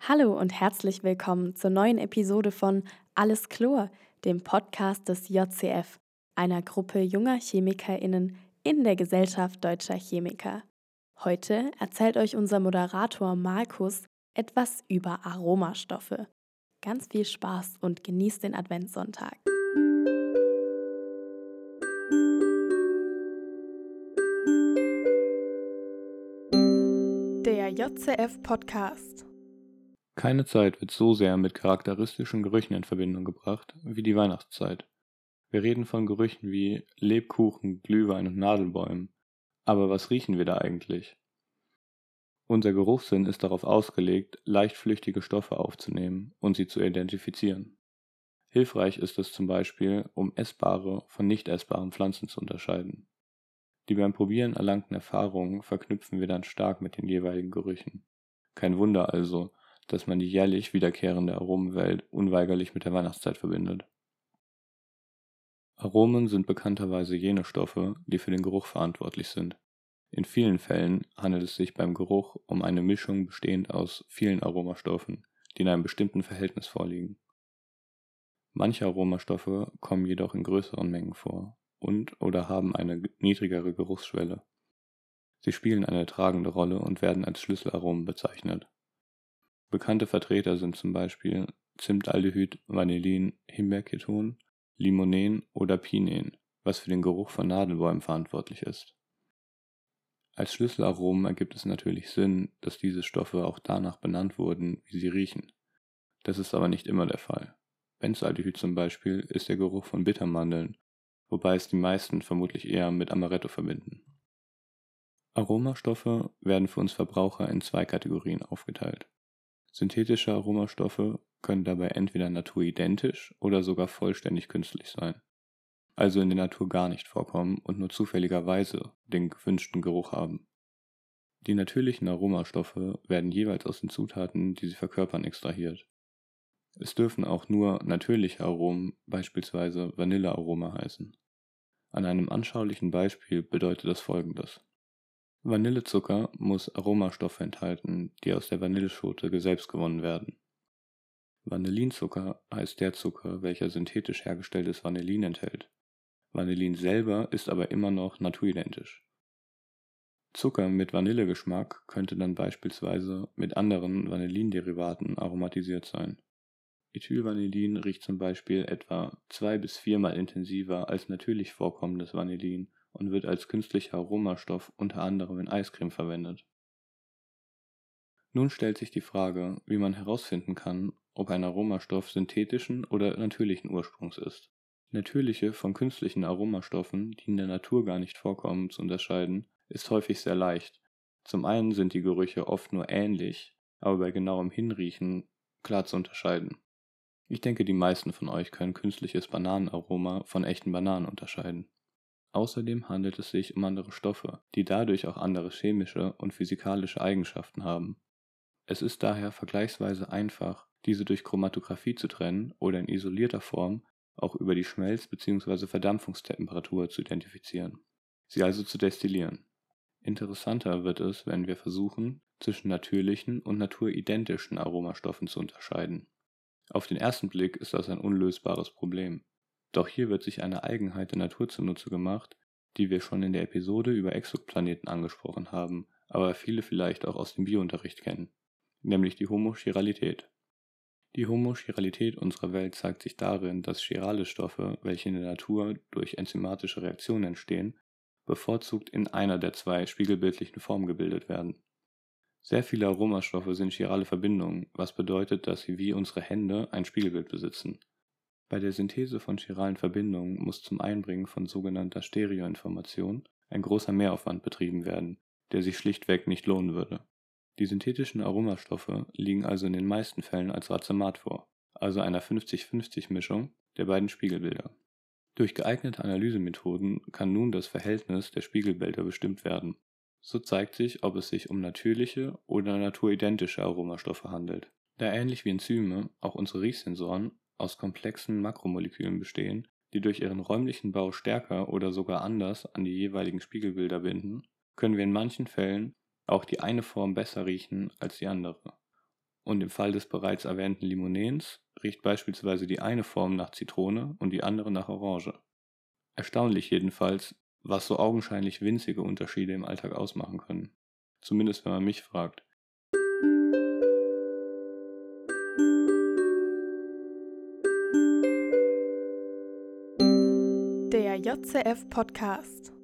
Hallo und herzlich willkommen zur neuen Episode von Alles Chlor, dem Podcast des JCF, einer Gruppe junger ChemikerInnen in der Gesellschaft Deutscher Chemiker. Heute erzählt euch unser Moderator Markus etwas über Aromastoffe. Ganz viel Spaß und genießt den Adventssonntag. Der JCF-Podcast. Keine Zeit wird so sehr mit charakteristischen Gerüchen in Verbindung gebracht wie die Weihnachtszeit. Wir reden von Gerüchen wie Lebkuchen, Glühwein und Nadelbäumen. Aber was riechen wir da eigentlich? Unser Geruchssinn ist darauf ausgelegt, leicht flüchtige Stoffe aufzunehmen und sie zu identifizieren. Hilfreich ist es zum Beispiel, um essbare von nicht essbaren Pflanzen zu unterscheiden. Die beim Probieren erlangten Erfahrungen verknüpfen wir dann stark mit den jeweiligen Gerüchen. Kein Wunder also, dass man die jährlich wiederkehrende Aromenwelt unweigerlich mit der Weihnachtszeit verbindet. Aromen sind bekannterweise jene Stoffe, die für den Geruch verantwortlich sind. In vielen Fällen handelt es sich beim Geruch um eine Mischung bestehend aus vielen Aromastoffen, die in einem bestimmten Verhältnis vorliegen. Manche Aromastoffe kommen jedoch in größeren Mengen vor und/oder haben eine niedrigere Geruchsschwelle. Sie spielen eine tragende Rolle und werden als Schlüsselaromen bezeichnet. Bekannte Vertreter sind zum Beispiel Zimtaldehyd, Vanillin, Himbeerketon, Limonen oder Pinen, was für den Geruch von Nadelbäumen verantwortlich ist. Als Schlüsselaromen ergibt es natürlich Sinn, dass diese Stoffe auch danach benannt wurden, wie sie riechen. Das ist aber nicht immer der Fall. Benzaldehyd zum Beispiel ist der Geruch von Bittermandeln, wobei es die meisten vermutlich eher mit Amaretto verbinden. Aromastoffe werden für uns Verbraucher in zwei Kategorien aufgeteilt. Synthetische Aromastoffe können dabei entweder naturidentisch oder sogar vollständig künstlich sein, also in der Natur gar nicht vorkommen und nur zufälligerweise den gewünschten Geruch haben. Die natürlichen Aromastoffe werden jeweils aus den Zutaten, die sie verkörpern, extrahiert. Es dürfen auch nur natürliche Aromen, beispielsweise Vanillearoma, heißen. An einem anschaulichen Beispiel bedeutet das Folgendes. Vanillezucker muss Aromastoffe enthalten, die aus der Vanilleschote selbst gewonnen werden. Vanillinzucker heißt der Zucker, welcher synthetisch hergestelltes Vanillin enthält. Vanillin selber ist aber immer noch naturidentisch. Zucker mit Vanillegeschmack könnte dann beispielsweise mit anderen Vanillinderivaten aromatisiert sein. Ethylvanillin riecht zum Beispiel etwa 2 bis 4 Mal intensiver als natürlich vorkommendes Vanillin und wird als künstlicher Aromastoff unter anderem in Eiscreme verwendet. Nun stellt sich die Frage, wie man herausfinden kann, ob ein Aromastoff synthetischen oder natürlichen Ursprungs ist. Natürliche von künstlichen Aromastoffen, die in der Natur gar nicht vorkommen, zu unterscheiden, ist häufig sehr leicht. Zum einen sind die Gerüche oft nur ähnlich, aber bei genauem Hinriechen klar zu unterscheiden. Ich denke, die meisten von euch können künstliches Bananenaroma von echten Bananen unterscheiden. Außerdem handelt es sich um andere Stoffe, die dadurch auch andere chemische und physikalische Eigenschaften haben. Es ist daher vergleichsweise einfach, diese durch Chromatographie zu trennen oder in isolierter Form auch über die Schmelz- bzw. Verdampfungstemperatur zu identifizieren, sie also zu destillieren. Interessanter wird es, wenn wir versuchen, zwischen natürlichen und naturidentischen Aromastoffen zu unterscheiden. Auf den ersten Blick ist das ein unlösbares Problem. Doch hier wird sich eine Eigenheit der Natur zunutze gemacht, die wir schon in der Episode über Exoplaneten angesprochen haben, aber viele vielleicht auch aus dem Biounterricht kennen, nämlich die Homochiralität. Die Homochiralität unserer Welt zeigt sich darin, dass chirale Stoffe, welche in der Natur durch enzymatische Reaktionen entstehen, bevorzugt in einer der zwei spiegelbildlichen Formen gebildet werden. Sehr viele Aromastoffe sind chirale Verbindungen, was bedeutet, dass sie wie unsere Hände ein Spiegelbild besitzen. Bei der Synthese von chiralen Verbindungen muss zum Einbringen von sogenannter Stereoinformation ein großer Mehraufwand betrieben werden, der sich schlichtweg nicht lohnen würde. Die synthetischen Aromastoffe liegen also in den meisten Fällen als Racemat vor, also einer 50-50-Mischung der beiden Spiegelbilder. Durch geeignete Analysemethoden kann nun das Verhältnis der Spiegelbilder bestimmt werden. So zeigt sich, ob es sich um natürliche oder naturidentische Aromastoffe handelt. Da ähnlich wie Enzyme auch unsere Riechsensoren aus komplexen Makromolekülen bestehen, die durch ihren räumlichen Bau stärker oder sogar anders an die jeweiligen Spiegelbilder binden, können wir in manchen Fällen auch die eine Form besser riechen als die andere. Und im Fall des bereits erwähnten Limonens riecht beispielsweise die eine Form nach Zitrone und die andere nach Orange. Erstaunlich jedenfalls, was so augenscheinlich winzige Unterschiede im Alltag ausmachen können. Zumindest wenn man mich fragt. Der JCF Podcast.